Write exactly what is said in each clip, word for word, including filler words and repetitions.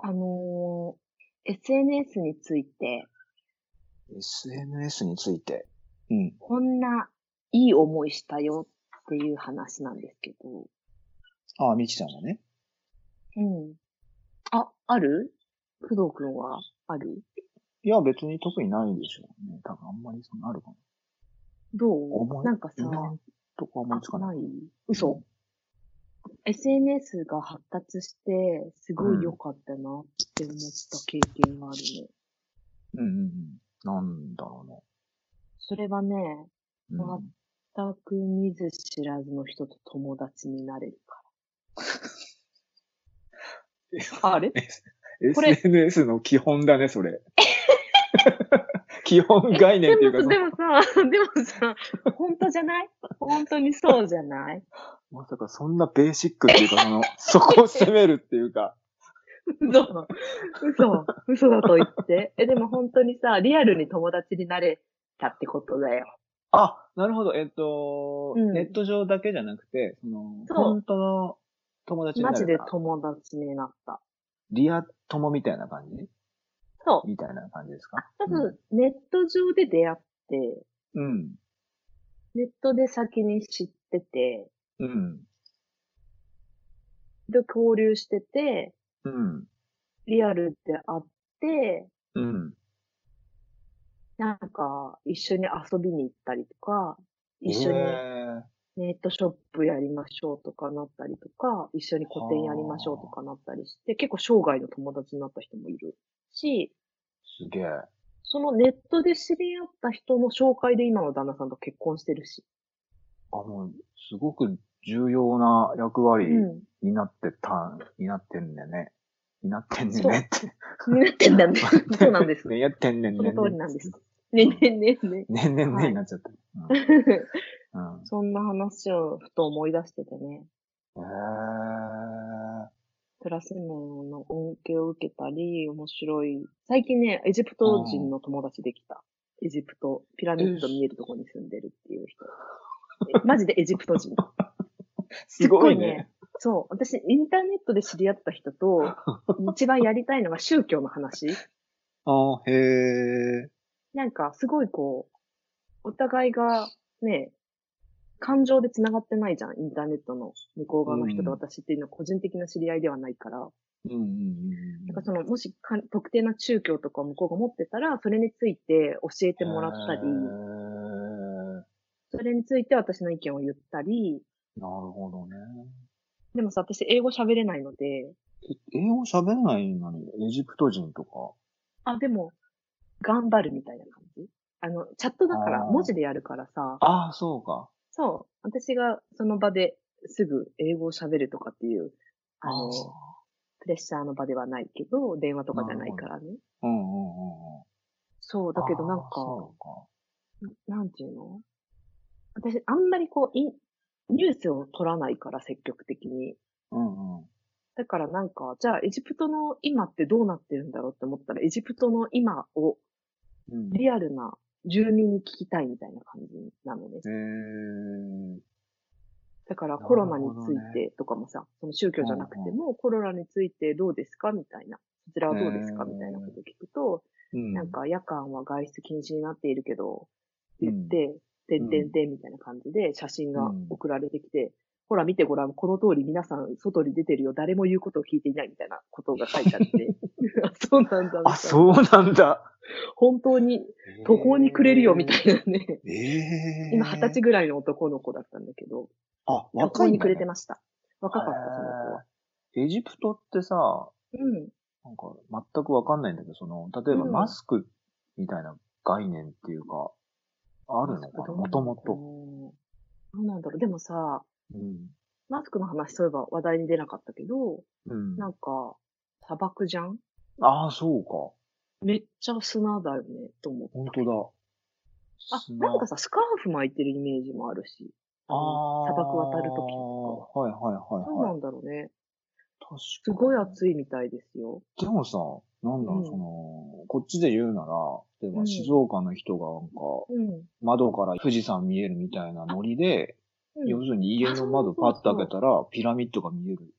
あのー、エスエヌエス について、 エスエヌエス について。うん。 こんないい思いしたよっていう話なんですけど。 ああ、みちちゃんがね。 うん。あ、ある工藤くんはある？ いや、別に特にないでしょうね。多分あんまりそんなあるかな。 どう思い、 なんかさ、 今んとこ思いあ、 つかないかないな。 嘘。エスエヌエス が発達して、すうん。 ごい良かったなって思った経験があるね。 うんうんうん。なんだろうね。 それはね、 うん。 全く見ず知らずの人と友達になれるから。あれこれ、 エスエヌエス の基本だね、それ。基本え、 概念でも、 っていうか、その、 でもさ、でもさ、本当じゃない本当にそうじゃない？ まさかそんなベーシックっていうか、その、そこを攻めるっていうか。 嘘、嘘、嘘だと言って。え、でも本当にさ、リアルに友達になれたってことだよ。 あ、なるほど。えっうと、ネッん。 ト上だけじゃなくて、その、 そ本当の友う。 達にマジでなれた。 友達になった。 リア友みたいな感じそう。 みたいな感じですか？ あ、まうん。 ず、ネット上で出会って、 うん。 ネットで先に知ってて、 うん。 で、交流してて、 うん。 リアルで会って、 うん。 なんか、一緒に遊びに行ったりとか、 え一緒にえー。 ネットショップやりましょうとかなったりとか、一緒に個展やりましょうとはあ。 かなったりして、結構生涯の友達になった人もいるし、 すげえ。 そのネットで知り合った人の紹介で今の旦那さんと結婚してるし。 あ、もう、すごく重要な役割うん。 になってた、になってんだよね。になってんねんねそって。 う。になってんだね。そうなんです。 ね、やってんねんそのねんねん通りなんです。ねねうん。 ねね。 ねんねんねはい。 になっちゃった。うん。うん。 そんな話をふと思い出しててね。 ええプラス面の恩恵を受けたり、面白い。最近ね、エジプト人ー。 の友達できた。エジプト、ピラうん。 ミッえ、 ド見えるところに住んでるっていう人。えマジでエジプト人。すすっごいね、 ごいね。 そう、私、インターネットで知り合った人と、一番やりたいのが宗教の話。 あー、へえ。 なんか、すごいこう、お互いが、ね、感情で繋がってないじゃん。インターネットの向こう側の人とうん。 私っていうのは個人的な知り合いではないから。 うんうんうんなんかその、もしか特定な宗教とか向こうが持ってたら、それについて教えてうん。 もらったり、 へえ。 それについて私の意見を言ったり、 なるほどね。 でもさ、私英語喋れないので、 え英語喋れないのに、エジプト人とか。 あ、でも、頑張るみたいな感じ。あの、チャットだから、文字でやるからさ、 ああ。ああ、そうか。 そう、私がその場ですぐ英語を喋るとかっていう、あの、 あプレッシャーの場ではないけど、電話とあ、 かじゃなるほど。 ないからね。 うんうんうんうん。 そう、だけどなんああ、 か、 そうか。 なんていうの私、あんまりこう、インニュースを取らないから、積極的に。 うんうん。 だからなんか、じゃあ、エジプトの今ってどうなってるんだろうって思ったら、エジプトの今をうん。 リアルな住民に聞きたいみたいな感じなのね。 へえ。 だからコなるロナにほどね。 ついてとかもさ、その宗教うじゃなくてんうも、コロナについてどうですかみたいな。そちらはん。へどうですかみたいなことをえ。 聞くと、 うん。 なんか夜間は外出禁止になっているけど、 うん。 言って、てんてんうん。 てんみたいな感じで写真がうん。 送られてきて、ほら見てごらん、この通り皆さん外に出てるよ、誰も言うことを聞いていないみたいなことが書いてあって、あそうなんだみあ、 たいな。 そうなんだ。 本当に途方に暮れるよみたいなね。 え今二十歳え。 ぐらいの男の子だったんだけど、 あ、 途方に暮れて若いんだね。 ました。若かった、その子は。 へえ。エジプトってさ、 うん。 なんか全くわかんないんだけど、その、例えばマうん。 スクみたいな概念っていうか、あマスクるのかなもどうなのかともと。 などうなんだろう。でもさ、 うん。 マスクの話そういえば話題に出なかったけど、 うん。 なんか、砂漠じゃんああ、そうか。 めっちゃ砂だよね、と思った。 本当だ。 あ、なんか砂。 さ、スカーフ巻いてるイメージもあるし、ああの、砂漠渡るときとかあ、 は。 はいはいはいはい。 どうなんだろうね。 確すごいかに。 暑いみたいですよ。 でもさ、なんだろう、そうん。 の、こっちで言うなら、例えば静うん。 岡の人がなんか、 うん。 窓から富士山見えるみたいなあ、 ノリで、 うん。 要するに家あ、 のそう窓パッと開けそうそたら、ピラミッドが見える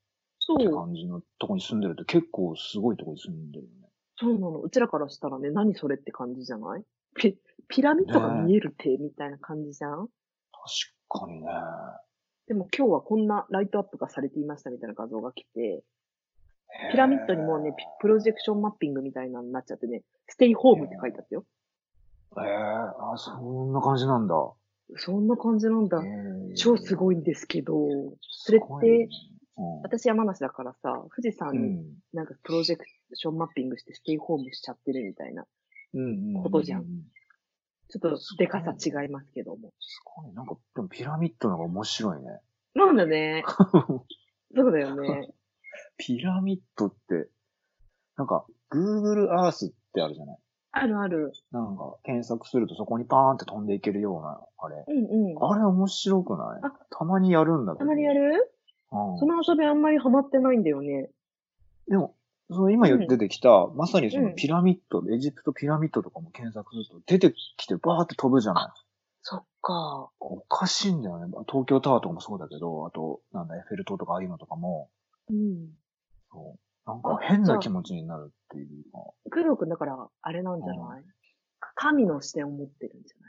ってそう、 感じのとこに住んでるって結構すごいとこに住んでるよね。 そうなの。うちらからしたらね、何それって感じじゃない？ピ、ピラミッドが見ねえ。 えるってみたいな感じじゃん。 確かにね。 でも今日はこんなライトアップがされていましたみたいな画像が来て、 へピラミッドにもうね、ピプロジェクションマッピングみたいなのになっちゃってね、ステイホーえ。 ムって書いてあったよ。 へえ。あ、そんな感じなんだ。 そんな感じなんへだ。超すえ。 ごいんですけど、それっすごいね。 て、私山梨だからさ、富士うん。 山にうん。 なんかプロジェクションマッピングしてステイホームしちゃってるみたいなうんうんうんうんことじゃん。 うん。 ちょっとすでかさごいね。 違いますけども。 すごい。なんか、でもピラミッドの方が面白いね。 なんだね。そうだよね。 ピラミッドって、なんか、Google Earth ってあるじゃない。 あるある。 なんか、検索するとそこにパーンって飛んでいけるような、あれ。 うんうん。 あれ面白くない？ あ、 たまにやるんだけど。 たまにやる？そうん。 の遊びあんまりハマってないんだよね。 でも、その今うん。 出てきた、まさにそのうん。 ピラミッド、エジプトピラミッドとかも検索すると出てきてバーって飛ぶじゃない。 あ、そっか。 おかしいんだよね。東京タワーとかもそうだけど、あと、なんだ、エッフェル塔とかああいうのとかも、 うん。 そう。なんかあ、じゃあ、 変な気持ちになるっていうか。 工藤くんだから、あれなんじゃうん。 ない？神の視点を持ってるんじゃない？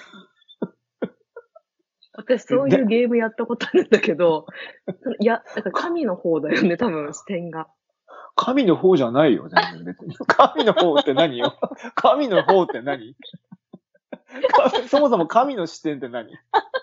私え、 そういうで、 ゲームやったことあるんだけど、いや、だから神の方だよね、多分視点が。 神の方じゃないよ、全然別に。神の方って何よ？神の方って何？かそもそも神の視点って何？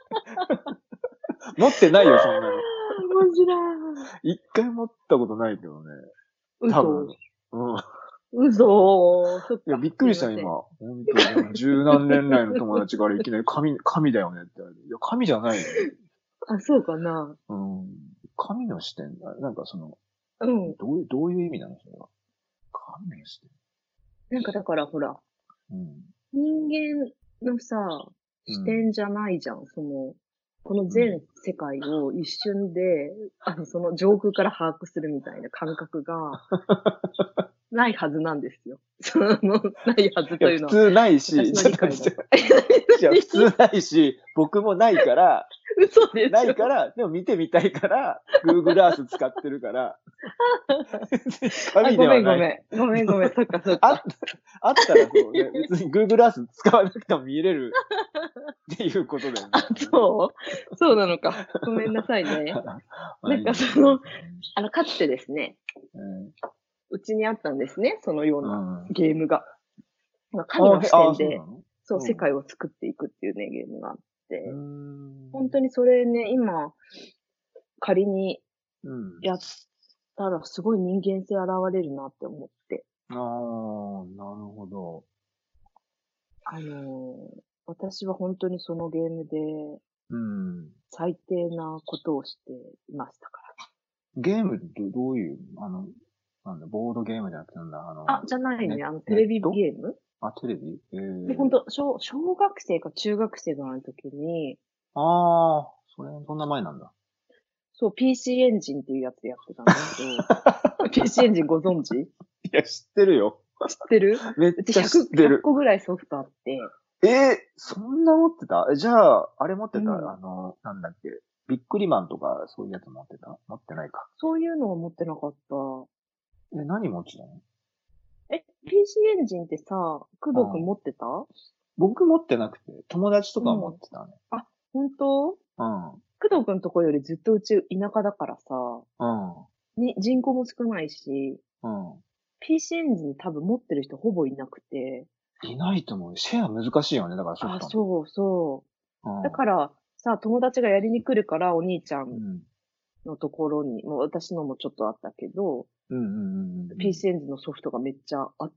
持ってないよ、そんなの。 面白い。 一回持ったことないけどね。多分。 嘘。 うん。 嘘。そっいや、 か。 びっくりした、 すいません。 今。本当に。十何年来の友達からいきなり神、神だよねって言われて。いや、神じゃないよ。 あ、そうかな。 うん。神の視点だ。なんかその、 うん。 どういう、どういう意味なのそれは。神の視点。 なんかだからほら、 うん。 人間のさ、視うん。 点じゃないじゃん。その、このうん。 全世界を一瞬で、あの、その上空から把握するみたいな感覚がないはずなんですよ。その、ないはずいや、 というのは、 普通ないし、 私のちょっ理解だと。 と待って。いや、普通ないし、僕もないから、 嘘でしょ。 ないから、でも見てみたいから、Google Earth 使ってるから、 あ、 神ごではない。 めんごめん。ごめんごめん。そっかそっあっか。 あったらそうね、別に Google Earth 使わなくても見れるっていうことだよね。 あ、そうそうなのか。ごめんなさいね。なんかまあいいんだけど。 その、あの、かつてですね、 うん。 うちにあったんですね、そのようなうん。あゲームが。神のへ視あ、そうな点で、 の？ そう、世うん。 界を作っていくっていうね、ゲームがあっうーて、本当ん。 にそれね、今、仮にうん。 やったらすごい人間性現れるなって思って。 ああ、なるほど。 あのー私は本当にそのゲームでうん。 最低なことをしていましたかゲームってどどういう、あの、なんだ、ボードゲームじゃなくてなんだ、あら。あ、 の、 じゃないネね、あの、テレビネット？ ゲームあ、テレビ？ええで、本当小、小学生か中学生ぐらいの時に、 ああ、それ、そんな前なんだ。 そう、ピーシー エンジンっていうやつでやってたんだけど、ピーシー エンジンご存知？ いや、知ってるよ。 知ってる？うちめっちゃ知っひゃく、 てる。 個ぐらいソフトあって、 えー、そんな持ってた？えじゃあ、あれ持ってた？ うん。 あの、なんだっけ。ビックリマンとか、そういうやつ持ってた？持ってないか。 そういうのは持ってなかった。 え、何持ってたえ、ピーシー エンジンってさ、工藤くんの？うん。 持ってた？ 僕持ってなくて、友達とかは持うん。 ってたね。 あ、本当？ うん。 工藤くんとこよりずっとうち田舎だからさ、 うん。 に、人口も少ないし、 うん。 ピーシー エンジン多分持ってる人ほぼいなくて、 いないと思う。シェア難しいよね。だからソフあ、 トの。 そうそう。 うん。 だからさ、友達がやりに来るからお兄ちゃんうん。 のところに、もう私のもちょっとあったけど、 うんうんうんうんピーシー エンジンのソフトがめっちゃあって、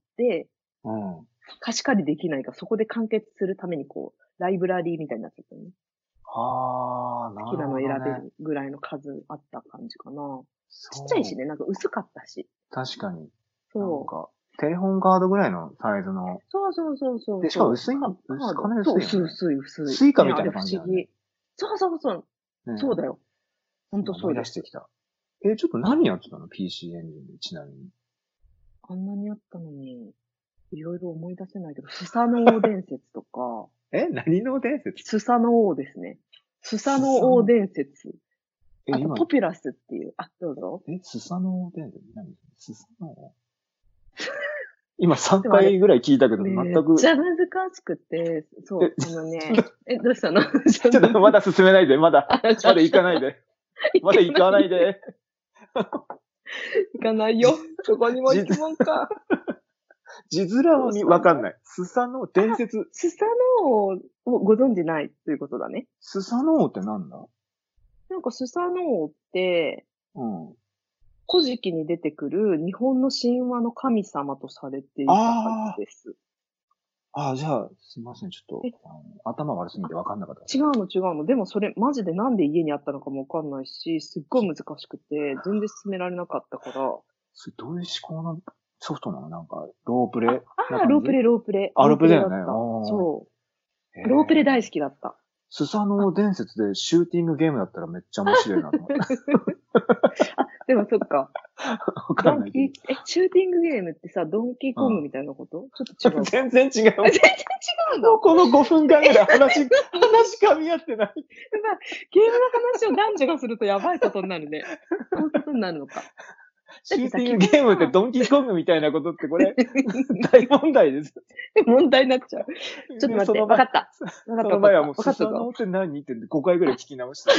うん。うん。 貸し借りできないから、そこで完結するためにこう、ライブラリーみたいになっちゃったね。 ああ、 好なるきなの選べほどね。 るぐらいの数あった感じかな。ちっちゃいしね、 そう。 なんか薄かったし。 確かに。なんそう。 か、テレホンカードぐらいのサイズの。 そうそうそうそうで、しかもそう。 薄い、 カ、カー薄、 ド。 金そう、薄い薄いよね。 薄い薄い。ね、 スイカみたいなあれ不感じだよね。 思議。そうそうそう。そうだねよ。ほんえ。思いとそうです。 出してきた。え、ちょっと何やってたの？ ピーシー エンジンで、ちなみに。 あんなにあったのに、いろいろ思い出せないけど、スサノオ伝説とか、 え何の伝説？ スサノオですね。スサスノオサノ。 伝説。 え、 あと、 今、 ポピュラスっていう。あ、どうぞ。 え、スサノオ伝説何スサノオ今3 でもあれ、 回ぐらい聞いたけど、全めっちく、 ゃ難しくて、そえ、 う、あのね、え、どうしたのちょちょっとまだ進めないで、まだ、 あ、じゃあ、 まだ行かないで。まだ行かないで。 行かないよ。どこにも行きもんか。 字面はみどうしたのわかんない。スサノオあ、 伝説。 スサノオをご存知ないということだね。 スサノオってなんだ？ なんかスサノオって、 うん。 古事記に出てくる日本の神話の神様とされていたはずあです。 あ、ああ、じゃあ、すいません。ちょっと、 え、 あの頭悪すぎてわかんなかったです。 違うの違うの。でもそれマジでなんで家にあったのかもわかんないし、すっごい難しくて、全然進められなかったから。 それどういう思考のソフトなの？なんか、ロープあ、 レなあー、ロ感じ？ ープレイ、ロープレイ。 あ、ロロープープレだよね。 レイだった。 あそあ。へう。ロープレイ大好え。 きだった。 スサノあ、 オ伝説でシューティングゲームだったらめっちゃ面白いなと思って。 あ、でもそっか。 わかドンんないけど。 キー、え、シューティングゲームってさ、ドンキーコングみたいなことちょっと違うか。 全然違う。 あ、全然違うんだ。 もうこのごふんかんぐらい話、話噛み合ってない。 やばい。ゲームの話を男女がするとやばいことになるね。こういうことになるのか。だってさ、 シューティン基本グゲームってさ、 ドンキーコングみたいなことってこれ、大問題です。 問題になっちゃう。ちょっと待って、 その前、 わかった。わかった、 その前はもう、 わかった。わかったぞ。 スサノオって何ってごかいぐらい聞き直した。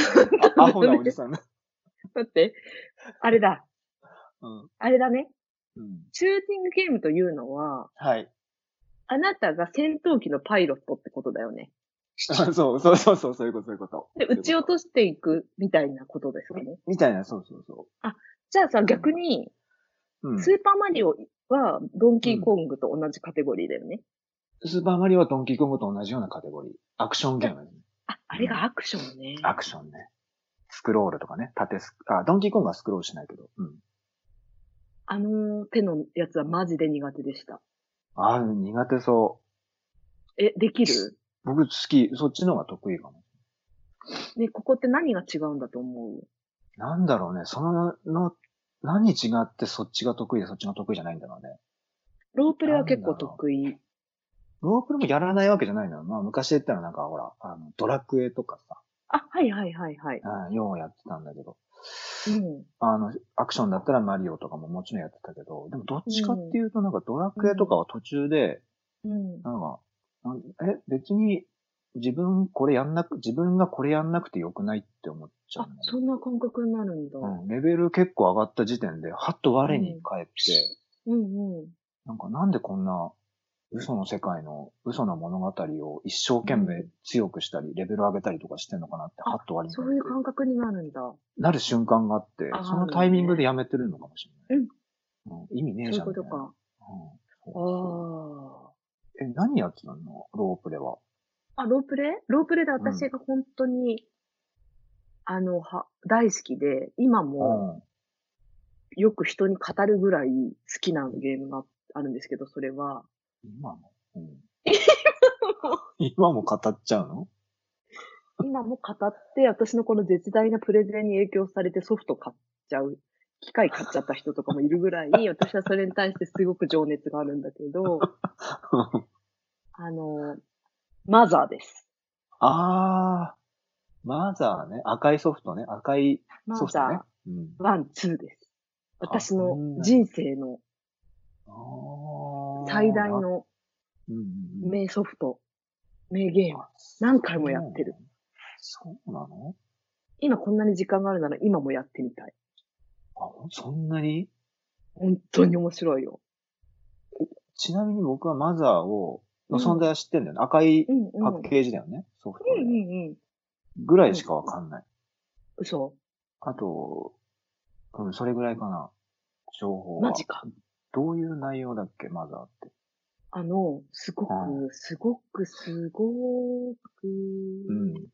あアホなおじさんだ。 待って、あれだ。 うん。 あれだね。 うん。 シューティングゲームというのは、 はい。 あなたが戦闘機のパイロットってことだよね。 あそうそうそうそう、そういうこと、そういうこと。 で、撃ち落としていくみたいなことですかみね。 みたいな、そうそうそあ、じゃあさ、逆に、 う。うん。 スーパーマリオはドンキーうん。 コングと同じカテゴリーだよね。 スーパーマリオはドンキーコングと同じようなカテゴリー。アクションゲームですね。 あ、あうん。 れがアクションね。 アクションね。スクロールとかね。縦スク、あ、ドンキーコングはスクロールしないけど。うん。 あの手のやつはマジで苦手でした。 ああ、苦手そえ、できる？ う。僕好き、そっちの方が得意かも。 ね、ここって何が違うんだと思う？ なんだろうね。その、の、何違ってそっちが得意でそっちが得意じゃないんだろうね。 ロープレはなん結構だろ得意。 う。ロープレもやらないわけじゃないのよ。まあ昔言ったらなんかほら、あの、ドラクエとかさ、 あ、はいはいはいはい。 うん、ようやってたんだけど。 うん。 あの、アクションだったらマリオとかももちろんやってたけど、でもどっうちかっん。 ていうとなんかドラうクエとかん。 は途中で、 うん。 なんか、なんえ、別に自分これやんなく、自分がこれやんなくてよくないって思っちゃうあ、 んだよね。 そんな感覚になるんだ。 うん、レベル結構上がった時点で、はっと我にうん。 返って、 うんうん。 なんかなんでこんな嘘の世界の嘘の物語を一生懸命うん。 強くしたり、レベル上げたりとかしてんのかなって、はあ、 っと我に返って、 そういう感覚になるんだ。 なる瞬間があって、そあのタイミングでるね。 やめてるのかもしうん。 れない。うん、意味ねえそういうじゃんみたいな。 ことか。 うん、そうそあう。え、何やってたのロープレは？ あ。あ、ロープレイロープレイでうん。 私が本当に、あの、は、大好きで、今もうん。 よく人に語るぐらい好きなゲームがあるんですけど、それは、 今も、うん、今も語っちゃうの？ 今も語って、私のこの絶大なプレゼンに影響されてソフト買っちゃう、機械買っちゃった人とかもいるぐらい、私はそれに対してすごく情熱があるんだけど、あの、マザーです。 あー、マザーね。赤いソフトね。赤いソフトね。 マザうん。 ーワン、ツーです。 あ、そ私のんなに。 人生のあ最ー、や、 大のうんうんうん。 名ソフト、名ゲーム。 あ、 何回もやっそう、 てる。 そうなの？ 今こんなに時間があるなら今もやってみたい。 あ、そんなに？ 本当に面白いよ。 ちなみに僕はマザーを、 うん。 の存在は知ってんだよね。赤いうんうん。 パッケージだよね。ソフトで。 うんうんうん。うん。 ぐらいしかわかんない。 嘘。 あと、うん、それぐらいかな。情報は。 マジか。 どういう内容だっけ、マザーって。 あの、すごうん。 く、すごく、すごうん。 く、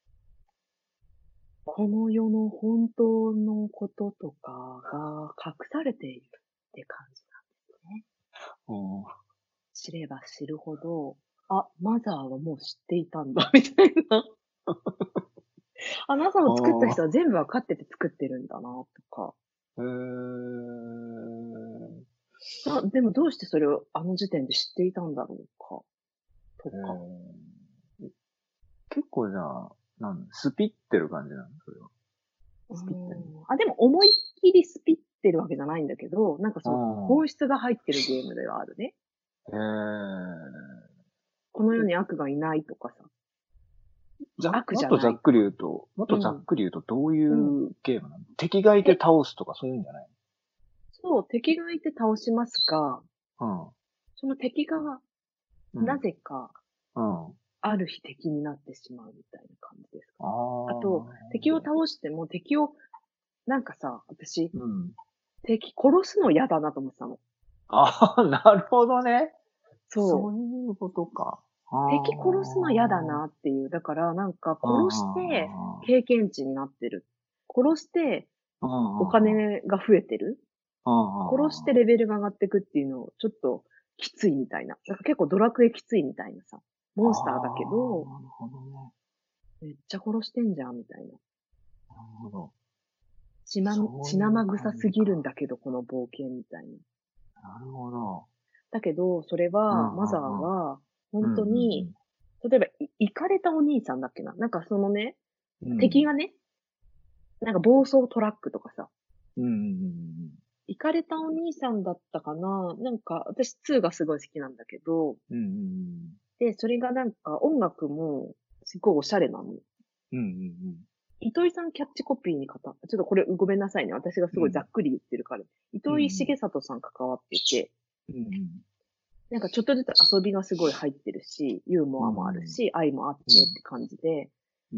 この世の本当のこととかが隠されているって感じなんですね。 うん。 知れば知るほど、あ、マザーはもう知っていたんだ、みたいな。あ、マザーあを作った人はあ。 全部わかってて作ってるんだな、とか。 へー。 あ、でもどうしてそれをあの時点で知っていたんだろうか、とへか。 ー。結構じゃあ、なんスピってる感じなのそれは。 スピってんの？ あ、でも思いっきりスピってるわけじゃないんだけど、なんかそのうん。 本質が入ってるゲームではあるね。 へえ。 この世に悪がいないとかさ、 ざ、 悪じゃもっとざっくりないとか。 言うと、もっとざっうん。 くり言うとどういうん。 うゲームなの？敵がいてえ、 倒すとかそういうんじゃないそう、敵がいて倒しますが、 の？ その敵がうん。 なぜかうん。うん。 ある日敵になってしまうみたいな感じですかあね。ああ、なと、 る敵をほど。 倒しても敵を、なんかさ、私、 うん。 敵殺すの嫌だなと思ってたの。 ああ、なるほどね。そそう。 ういうことか。あ敵殺すの嫌だあ。 なっていう。だからなんかうん殺してうん経験値になってる。殺してうんうん。 おうんうんうん。 金が増えてる。 うんうん殺しうん。 てレベルが上がっていくっていうのをちょっときついみたいな。なんか結構ドラクエきついみたいなさ。 あモンスターだけあ、 ど、 なるほどね。 めっちゃ殺してんじゃんみたいな。 なるほど。 血ま、 そう血いう生臭す感じか。 ぎるんだけど、この冒険みたいな。 なるほど。 だけど、それうんは、マザーうんうん。 は、本うんうん当に、例えば、い、行かれたお兄さんだっけな。なんかそのね、 うん。うん。 敵がね、なんか暴走トラックとかさ、 うんうんうん行かれたお兄さんだったかな。なんか、私ツーがすごい好きなんだけど、 うん。うんうんで、それがなんか音楽もすっごいおしゃれなの。 うん。うんうん糸井さんキャッチコピーに方、ちょっとこれごめんなさいね。私がすうん。うん。 ごいざっくり言ってるから。糸井重里さん関わってて、 うんうん。 なんかちょっとずつ遊びがすごい入ってるし、ユーモアもあるし、愛もあってって感じで、 うん。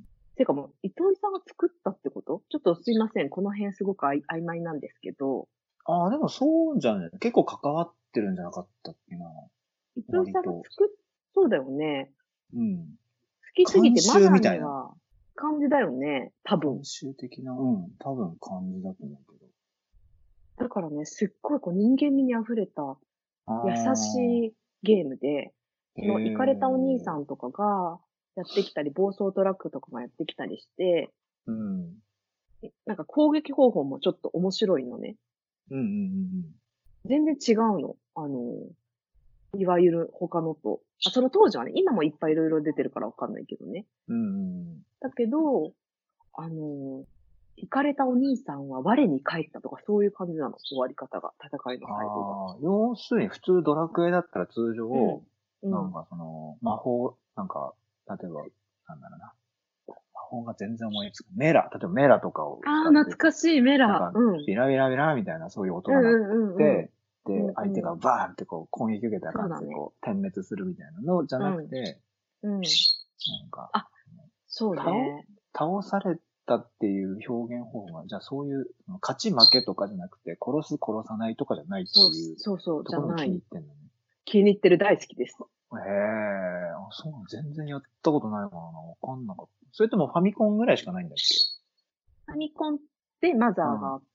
てかもう、糸井さんが作ったってこと？ちょっとすいません。この辺すごくあい曖昧なんですけど、 ああ、でもそうじゃね。結構関わってるんじゃなかったっけな。 糸井さんが割と。 作っ、そうだよね。 うん。 好きすぎ監てマザー修みたいな。 には感じだよね。多分。 監修的な、うん。多分感じだと思うけど。 だからね、すっごいこう人間味に溢れたあ優しあ。 いゲームで、 へその行かれたお兄さえ。 んとかがやってきたり、暴走トラックとかがやってきたりして、 うん。 なんか攻撃方法もちょっと面白いのね。 うんうんうん全然違うの。あの、いわゆる他のと。あ、その当時はね、今もいっぱいいろいろ出てるからわかんないけどね。 うん。うんうん。 だけど、あの、行かれたお兄さんは我に返ったとかそういう感じなの。終わり方が、戦いの最後が。 ああ、要するに普通ドラクエだったら通常、 うん。うん。 なんかその、魔法、なんか、例えば、なんだろうな。魔法が全然思いつく。メラ、例えばメラとかをああ、 使って、 懐かしいメラ。 なんか、 うん。 ビラビラビラみたいなそういう音うんが鳴っうんうんうん。 て、で、相手うんうん。 がバーンってこう攻撃受けたら感じでそうだね。 こう点滅するみたいなのじゃなくうん。 て、 うん。 なんか、 あ、そう倒、 ね。 倒されたっていう表現方法が、じゃあそういう勝ち負けとかじゃなくて、殺す殺さないとかじゃないってそう、 いうそうそう、 ところも気に入じゃない。 ってんのね。 気に入ってる大好きです。 へえ、あ、そうなの、全然やったことないからな。わかんなかった。それともファミコンぐらいしかないんだっけ？ ファミコンでマザうん、 ーがあって、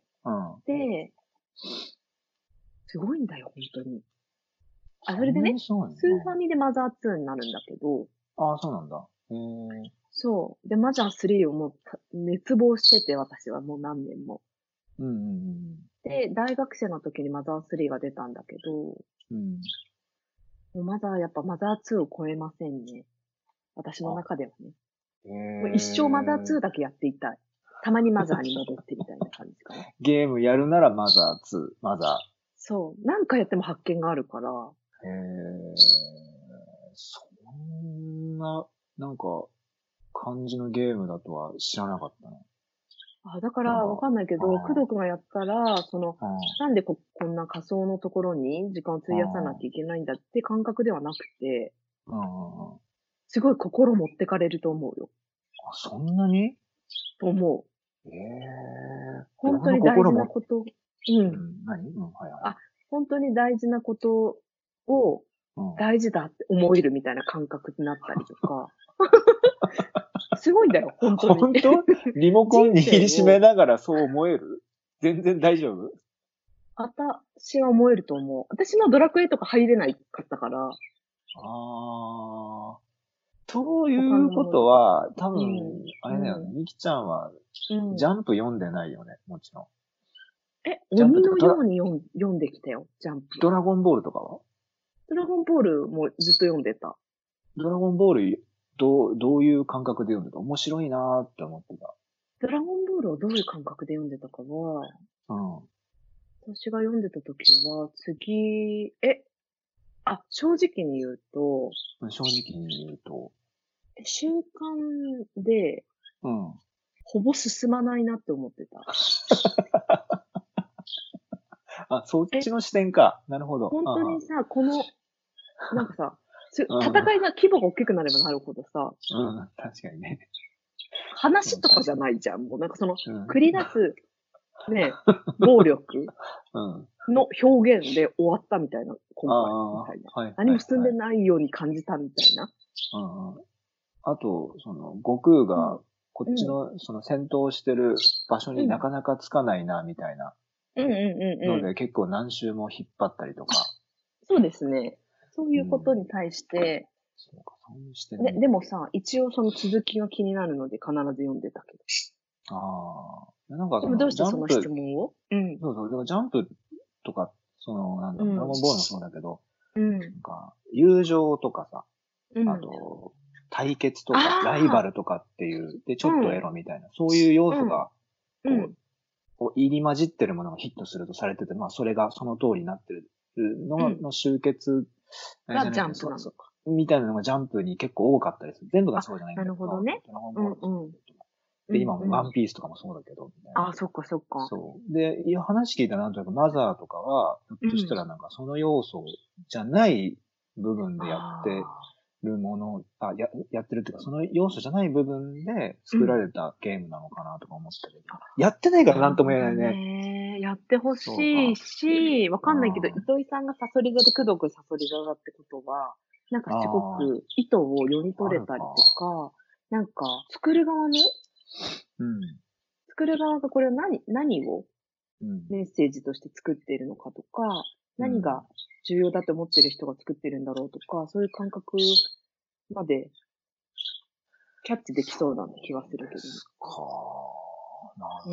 うん。 で、すごいんだよ、本当に。あ、そそんなれでね、 にすごいスーファの？ ミでマザーツーになるんだけど、 うん。ああ、そうなんだ。へえ。 そう。で、マザースリーをもうた熱望してて、私はもう何年も。 うんうんで、大学生の時にマザースリーが出たんだけど、もうん。うん。 うマザー、やっぱマザーツーを超えませんね。私のあ、 中ではね。 へもう一生マザーツーえ。 だけやっていたい。たまにマザーに戻ってみたいな感じかな。 ゲームやるならマザーツー、マザそう。何回やっても発見があるから、 ー。へえ。そんな、なんか、感じのゲームだとは知らなかったね。 あ、だからわなんか、 かんないけど、工あ藤くんがやったら、その、 あ、あなんでこ、こんな仮想のところに時間をあ、 費やさなきゃいけないんだって感覚ではなくて、 ああ、あすごい心持ってかれると思うよ。 あ、そんなに？ と思う。 ええ、 本当俺のに大事な心も、 こと。うん。 うん、何？うん、はいはい。 あ、本当に大事なことをうん。 大事だって思えるみたいな感覚になったりとか。すごいんだよ、本当に。 本当？リモコン人握りしめ生を、 ながらそう思える？全然大丈夫？ 私は思えると思う。私もドラクエとか入れないかったから、 ああ。というこ他の、 とは、多分、 うん、 あれだよね。 うん、 みきちゃんは、 うん。 ジャンプ読んでないよね。もちろん。 え、 ジャンプ鬼のっていうか、ドラ、 ように読ん読んできたよ、ジャンプは。 ドラゴンボールとかは？ ドラゴンボールもずっと読んでた。 ドラゴンボール、どう、どういう感覚で読んでた？面白いなーって思ってた。 ドラゴンボールをどういう感覚で読んでたかは、 うん。 私が読んでた時は、次、え、あ、正直に言うと、 正直に言うと、 習慣で、 うん。 ほぼ進まないなって思ってた。 あ、そっえ、 ちの視点か。なるほど。 本はは当にさ、この、なんかさ、すうん。 戦いが規模が大きくなればなるほどさ、 うん。確かにね。うん話とかじゃ確かに。 ないじゃん。もうなんかその、 うん。 繰り出す、ね、暴力うん。 の表現で終わったみたいな、今回、みああ、 たいな。 はい何も進んではいはい。 ないように感じたみたいな。 うんうん。あと、その、悟空うん。 が、こっちうん。 の、その戦闘してる場所うん。 になかなかつかないな、みたいなうんうんうんうん。 ので、結構何周も引っ張ったりとか。 そうですね。そういうことうん。 に対して、 そうか、そういう視点で、 ね。 でもさ、一応その続きが気になるので必ず読んでたけど。 ああ。なんかその、 でもどうしてその質ジャンプ、 問を？うん。 そうそう、でもジャンプとか、その、なんだろう、ドラうん。 ゴンボールもそうだけど、 うん。 なんか、友情とかさ、あうん。 と、対決とか、ライバあルとかっていう、で、ちあ、 ょっとエうん。 ロみたいな、そういう要うん。 素が、こう、 うん。 こう入り混じってるものがヒットするとされてて、まあ、それがその通りになってるのうん。 の集結、えーじがジャンゃなくて、そ、そ、 プなのか。 みたいなのがジャンプに結構多かったりする。全部があ、 そうじゃないんなだけど、 るほどね。 ドラゴンうんボールもそううん。 だけど。で、 うん今もワうん。 ンピースとかもそうだけど、みたいな。 あ、そっかそっか。 そう。で、いや、話聞いたらなんとなくマザーとかは、ひょっうん。 としたらなんかその要素じゃない部分でやってああ。 るもの、あ、や、やってるっていうか、その要素じゃない部分でうん。 作られたゲームなのかなとか思ったけど。やってないからなんともなるほど言えないね。 ね。やってほそうか。 しいし、わかんないけど、 あ糸井さんがサソリ座で工藤くんサソリ座だってことは、なんかあ、 すごあく意図を読みあ、あ取れるか。 たりとか、なんか作る側の、 うん。 作る側がこれを何、何をうん。 メッセージとして作っているのかとか、 うん。 何が重要だと思ってる人が作ってるんだろうとか、そういう感覚までキャッチできそうな気はするけどね。 ですか。なるうん。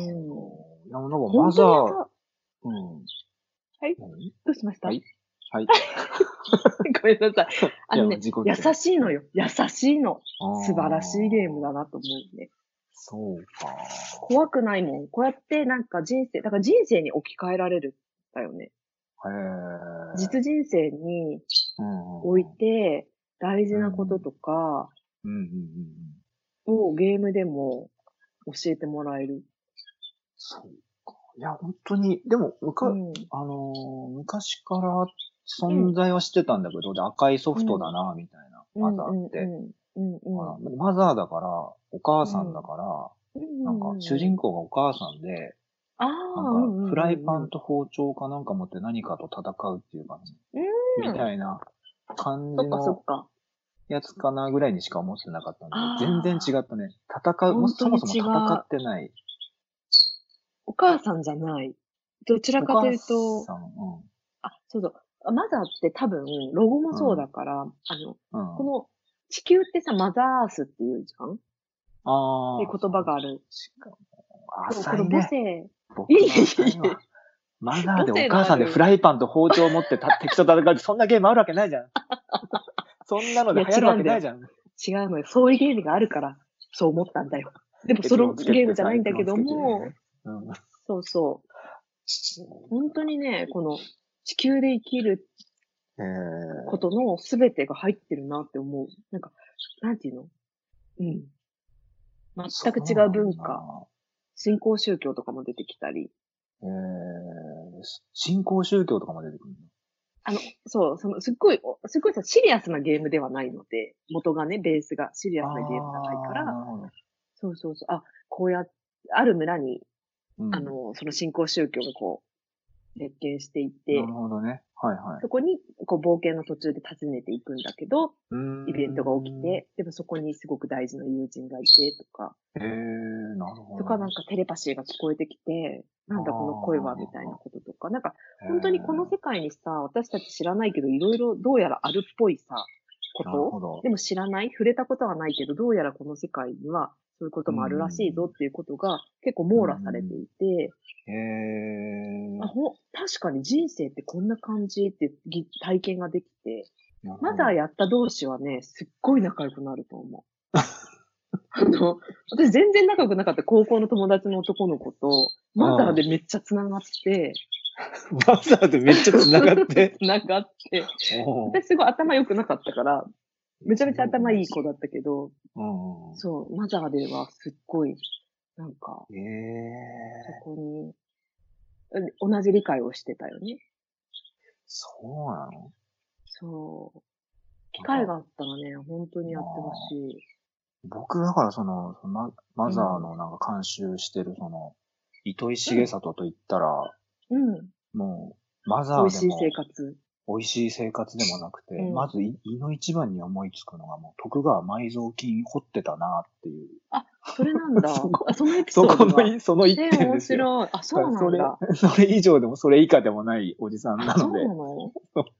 ほど。いや、なんかマ本ザー、 当にさ、 うん。 はい、 何どうしました？ はいはい。 ごめんなさい。あいや、 のね、優自己ってない。 しいのよ。優しいの。 あ素晴らしいゲームだあ、 なと思うね。 そうか。 怖くないもん。こうやってなんか人生、だから人生に置き換えられるんだよね。 へえ。 実人生にうんおいて大事うんうん。 なこととかうんうんうんうん。 をゲームでも教えてもらえる。 そうか。いや、本当に、でも、むか、 うん。 あのー昔からうん。 存在はしてたんだけど、で、赤いソうん。 フトだな、みたいな、マうんうんザーって。 うん。うんうん。 あらマザーだから、お母うん。 さんだから、 うんうなんか、主んうんうん。 人公がお母さんで、 ああ、 なんか、 うんうフライんうんうん。 パンと包丁かなんか持って何かと戦うっていう感じ。 うみーん。 たいな感そっかそっじのか。 やつかなぐらいにしか思ってなかったんだけど、全然違ああ、 ったね。戦う、もうそもそもほんとに違戦っう。 てない。 お母さんじゃない。どちらかといお母うと、 さん、うん。 あ、そうそう。マザーって多分、ロゴもそううん。 だから、あの、 うん。 この地球ってさ、マザーアースっていうじゃんっていうああ、 言そっ葉がある。 ちか。 そう、この浅いね。 母性、いえい僕の浅えいえいえ、 いわ。マザーでお母性の母さんでフある、 ライパンと包丁を持ってた敵と戦うってそんなゲームあるわけないじゃん。そんなのいやで流行るわ違うんだよ。 けないじゃん。 違うのよ。そういうゲームがあるから、そう思ったんだよ。でもそのエプロンつけゲームじゃなてさ、エプいんだけどロンつけて。 も、 うん。 そうそう。本当にね、この地球で生きるえー、 ことの全てが入ってるなって思う。なんか、なんていうの？うん。 そ全く違ううなんだ。 文化、新興宗教とかも出てきたり、 えー、新興宗教とかも出てくるんだ。 あの、そう、その、すっごい、おすっごいさ、シリアスなゲームではないので、元がね、ベースがシリアスなゲームじゃないかあー、 ら、 なるほど。 そうそうそう、あ、こうやっある村に、 うん。 あの、その新興宗教がこう、列巻していなるて、 ほどね。はいはい。 そこに、こう、冒険の途中で訪ねていくんだけど、 うーイベントが起きん。 て、でもそこにすごく大事な友人がいて、とか、 えー、なるほとか、 どね。 なんかテレパシーが聞こえてきて、 あなんだこの声は、みたいなあ、 こととか、なんか、 え本当にこのー、 世界にさ、私たち知らないけど、いろいろどうやらあるっぽいさ、こなるとほど。 でも知らない、触れたことはないけど、どうやらこの世界には、そういうことうんもあるらしいうんぞっていうことが結構うん。 網羅されてうんいて、 うん。えあ、 ー、 ほ、確かに人生ってこんな感じってぎ体験ができて、 なるまだほど。 やった同士はね、すっごい仲良くなると思う。 あの、私全然仲良くなかった高校の友達の男の子と、マザーでめっちゃ繋がって、 マザーでめっちゃ繋がって。 繋がって、私すごい頭良くなかったから、めちゃめちゃ頭いい子だったけど、そう、マザーではすっごい、なんか、 えー、 そこに、同じ理解をしてたよね。 そうなの？ そう。機会があったらね、本当にやってほしい。 僕、だからその、マ, マザーのなんか監修してる、その、糸井重里と言ったら、 うん。 もう、マザーでも、 美味しい生活。 美味しい生活でもなくて、 うん、 まず、胃の一番に思いつくのが、もう、徳川埋蔵金掘ってたなっていう。 あ、それなんだ。そあそのエピソードそこの、その一点ですよ。 面白い。あ、そうなんだ。 それ、それ以上でもそれ以下でもないおじさんなので。 そうなの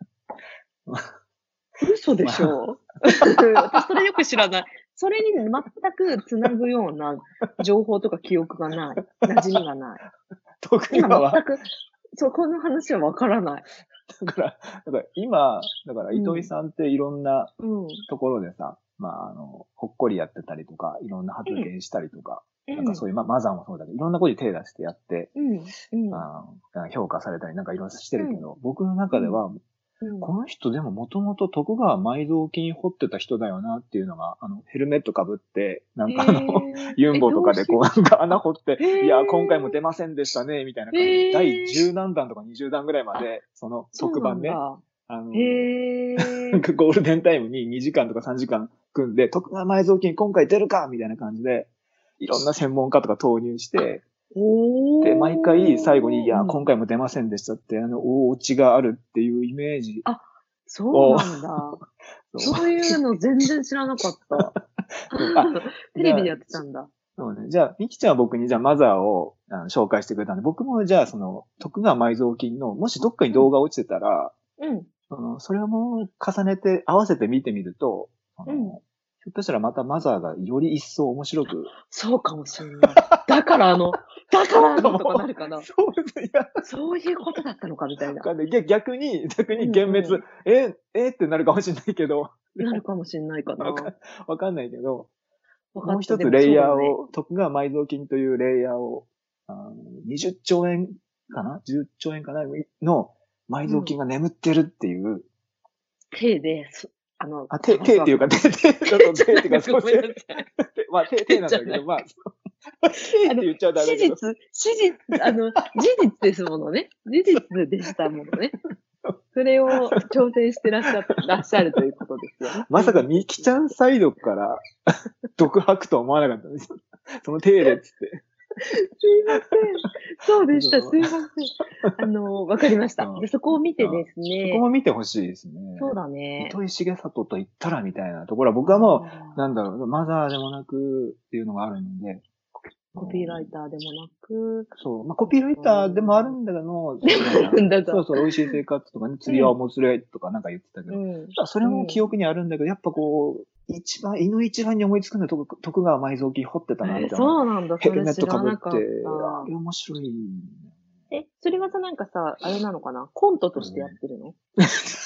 嘘でしょ、まあ、私それよく知らない。それに全くつなぐような情報とか記憶がない。馴染みがない。今全く、そう、この話はわからない。 だから、だから今、だから糸井さんっていろんなところでさ、うん、まあ、あの、ほっこりやってたりとか、いろんな発言したりとか、うん、なんかそういう、まあ、マザーもそうだけど、いろんなことに手出してやって、うんうん、あ評価されたりなんかいろいろしてるけど、うん、僕の中では、うんこの人でももともと徳川埋蔵金掘ってた人だよなっていうのが、あの、ヘルメット被って、なんかあの、ユンボとかでこうなんか穴掘って、いや、今回も出ませんでしたね、みたいな感じで、だいじゅうなんだんとかにじゅうだんぐらいまで、その特番ね、あの、なんかゴールデンタイムににじかんとかさんじかん組んで、徳川埋蔵金今回出るかみたいな感じで、いろんな専門家とか投入して、で、毎回最後に、いや、今回も出ませんでしたって、あの、大落ちがあるっていうイメージ。 あ、そうなんだ。そういうの全然知らなかった。テレビでやってたんだ。 そうね。じゃあ、ミキちゃんは僕に、じゃあ、マザーをあの紹介してくれたんで、僕もじゃあ、その、徳川埋蔵金の、もしどっかに動画落ちてたら、うん。あのそれをもう重ねて、合わせて見てみると、うん、ひょっとしたらまたマザーがより一層面白く。 そうかもしれない。だからあの、だからあのとかなるかな。そういやそういうことだったのかみたいな。 逆に、逆に幻滅、うんうん、え、えってなるかもしれないけど。 なるかもしれないかな。 わかわかんないけど、もう一つレイヤーを、ね、徳川埋蔵金というレイヤーを、あのにじゅっちょうえんかな ?じゅっちょうえんかなの埋蔵金が眠ってるっていう。うん、 手で、あの、 あ、手、手っていうか、手、手、手っていうか、そうですね。まあ、手、手なんだけど、まあ、手って言っちゃダメだけど。 史実、史実、あの、事実ですものね。事実でしたものね。それを挑戦してらっしゃ、らっしゃるということですよね。 まさかミキちゃんサイドから独白とは思わなかったんですよ。その手でっつって。 すいません。そうでした。すいません。あの、わかりました。で、そこを見てですね。 そこも見てほしいですね。 そうだね。 糸井重里と言ったらみたいなところは、僕はもう、なんだろう、マザーでもなくっていうのがあるんで。 コピーライターでもなく。 そう。まあ、コピーライターでもあるんだけど、そうそう、美味しい生活とかね、釣りは面白いとかなんか言ってたけど、うん、それも記憶にあるんだけど、やっぱこう、一番、胃の一番に思いつくのは徳徳川埋蔵金掘ってたなって。 そうなんだ、それ知らなかった。 あれ面白い。 え、それはさ、なんかさ、あれなのかなコントとしてやってるの、うん、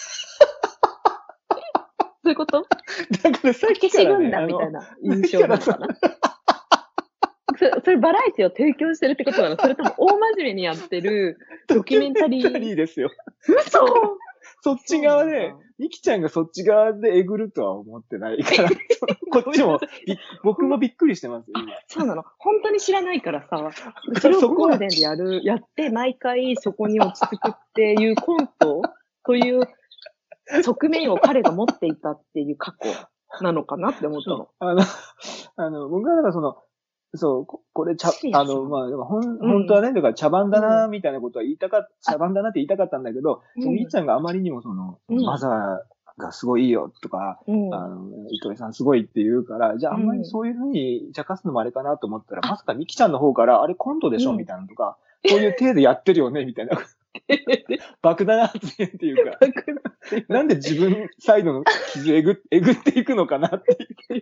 そういうことだからさっきから、ね、 軍だみたいな印象なのかなそ, それバラエティを提供してるってことなのそれとも大真面目にやってるドキュメンタリー。 ドキュメンタリーですよ。 嘘そっち側で、ミキちゃんがそっち側でえぐるとは思ってないから、こっちも、僕もびっくりしてますよ、今。 そうなの。本当に知らないからさ、それをゴールデンでやる、やって、毎回そこに落ち着くっていうコントという側面を彼が持っていたっていう過去なのかなって思ったの。 あの、あの、僕はだからその、そう、ここれ、茶、あの、まあ、ほん、本当はね、だから茶番だな、みたいなことは言いたかった、茶番だなって言いたかったんだけど、みーちゃんがあまりにもその、マザーがすごいいいよとか、あの、糸井さんすごいって言うから、じゃああんまりそういうふうに茶化すのもあれかなと思ったら、まさかみきちゃんの方から、あれコントでしょみたいなのとか、そういう体でやってるよねみたいな。爆弾発言っていうか、なんで自分サイドの傷えぐ、えぐっていくのかなっていう。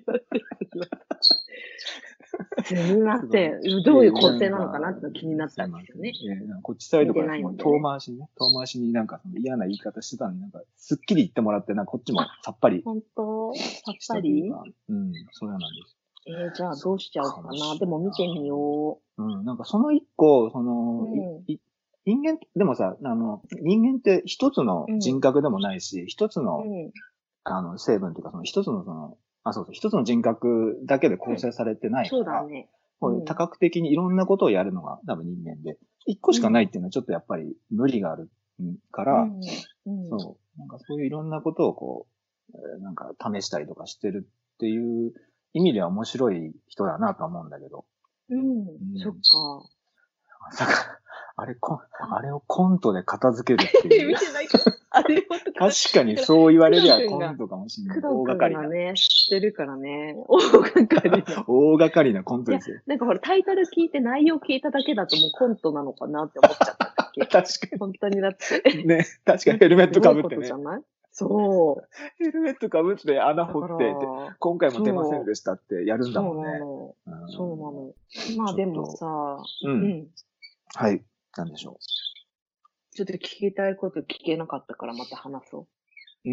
すみません。どういう構成なのかなって気になったんですよね。 こっちサイドから遠回しにね、遠回しになんか嫌な言い方してたのになんか、すっきり言ってもらって、なんかこっちもさっぱり。 本当さっぱりうん、そうなんです。 えー、じゃあどうしちゃおうかな。でも見てみよう。うん、なんかその一個、その、うん、人間、でもさ、あの、人間って一つの人格でもないし、一、うん、つの、うん、あの、成分というか、その一つのその、あ、そうそう、一つの人格だけで構成されてないから、うん、そうだね。こういう多角的にいろんなことをやるのが多分人間で、一個しかないっていうのはちょっとやっぱり無理があるから、うんうん、そう、なんかそういういろんなことをこう、なんか試したりとかしてるっていう意味では面白い人だなと思うんだけど。 うん、うん、そっか。 まさか、あれ、こ、あれをコントで片付けるっていう。 見てないかあれ確かにそう言われりゃコントかもしれない。 大掛かりな。ね、知ってるからね。大掛かりな。 大掛かりなコントですよ。 なんかほら、タイトル聞いて内容聞いただけだともうコントなのかなって思っちゃったっけ。 確かに。 本当にだって。 ね、確かにヘルメットかぶってね。 じゃないそう。 ヘルメットかぶって穴掘って、今回も出ませんでしたってやるんだもんね。 そうなの。そうなの。まあでもさ、 うん。はい。なんでしょう。 ちょっと聞きたいこと聞けなかったからまた話そう。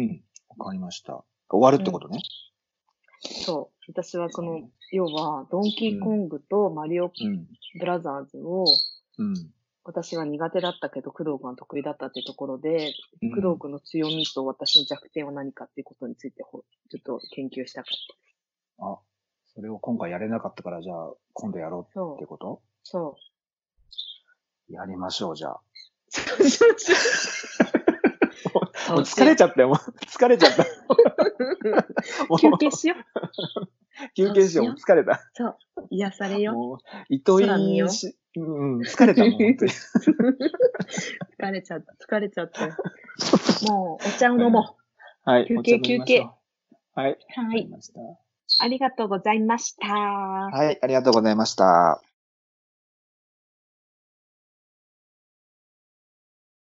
うん。わかりました。終わるってことね。 うん、そう。私はこの、要は、ドンキーコングとマリオブラザーズを、うん、私は苦手だったけど、工藤君は得意だったっていうところで、うん、工藤君の強みと私の弱点は何かっていうことについて、ちょっと研究したかった。 あ、それを今回やれなかったから、じゃあ、今度やろうってことそう。そうやりましょう、じゃあ。もう疲れちゃったよ、もう。疲れちゃった。 休憩しよう。 休憩しよう、疲れた。 そう。癒されよ。もう、 糸井し、うん、疲れたもん、本当に。 疲れちゃった、疲れちゃった。もう、お茶を飲もう。はい。 休憩、休憩。 はい。 はい。ありがとうございました。 はい、ありがとうございました。